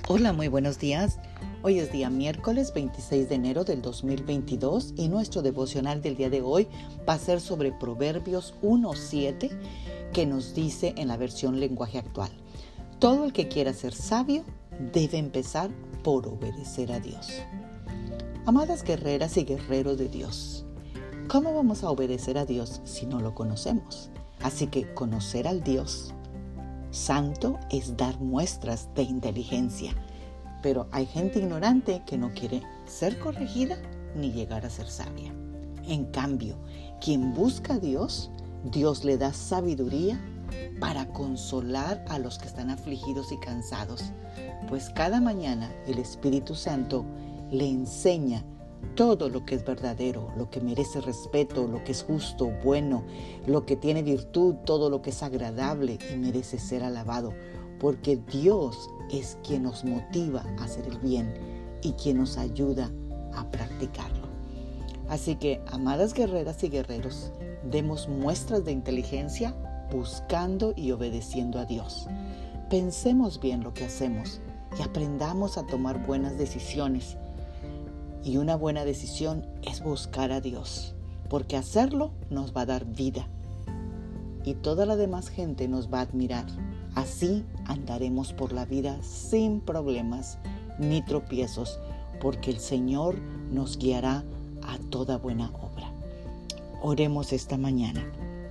Hola, muy buenos días. Hoy es día miércoles 26 de enero del 2022 y nuestro devocional del día de hoy va a ser sobre Proverbios 1:7, que nos dice en la versión lenguaje actual: todo el que quiera ser sabio debe empezar por obedecer a Dios. Amadas guerreras y guerreros de Dios, ¿cómo vamos a obedecer a Dios si no lo conocemos? Así que conocer al Dios santo es dar muestras de inteligencia, pero hay gente ignorante que no quiere ser corregida ni llegar a ser sabia. En cambio, quien busca a Dios, Dios le da sabiduría para consolar a los que están afligidos y cansados, pues cada mañana el Espíritu Santo le enseña todo lo que es verdadero, lo que merece respeto, lo que es justo, bueno, lo que tiene virtud, todo lo que es agradable y merece ser alabado, porque Dios es quien nos motiva a hacer el bien y quien nos ayuda a practicarlo. Así que, amadas guerreras y guerreros, demos muestras de inteligencia buscando y obedeciendo a Dios. Pensemos bien lo que hacemos y aprendamos a tomar buenas decisiones. Y una buena decisión es buscar a Dios, porque hacerlo nos va a dar vida y toda la demás gente nos va a admirar. Así andaremos por la vida sin problemas ni tropiezos, porque el Señor nos guiará a toda buena obra. Oremos esta mañana.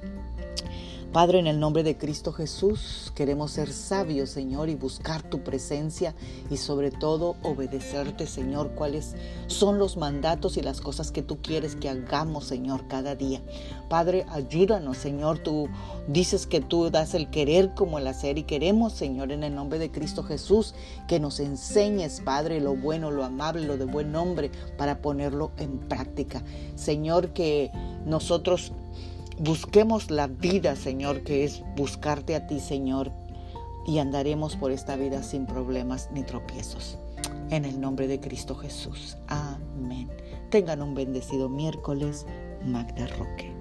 Padre, en el nombre de Cristo Jesús, queremos ser sabios, Señor, y buscar tu presencia y sobre todo obedecerte, Señor, cuáles son los mandatos y las cosas que tú quieres que hagamos, Señor, cada día. Padre, ayúdanos, Señor, tú dices que tú das el querer como el hacer y queremos, Señor, en el nombre de Cristo Jesús, que nos enseñes, Padre, lo bueno, lo amable, lo de buen nombre para ponerlo en práctica. Señor, que nosotros busquemos la vida, Señor, que es buscarte a ti, Señor, y andaremos por esta vida sin problemas ni tropiezos. En el nombre de Cristo Jesús. Amén. Tengan un bendecido miércoles. Magda Roque.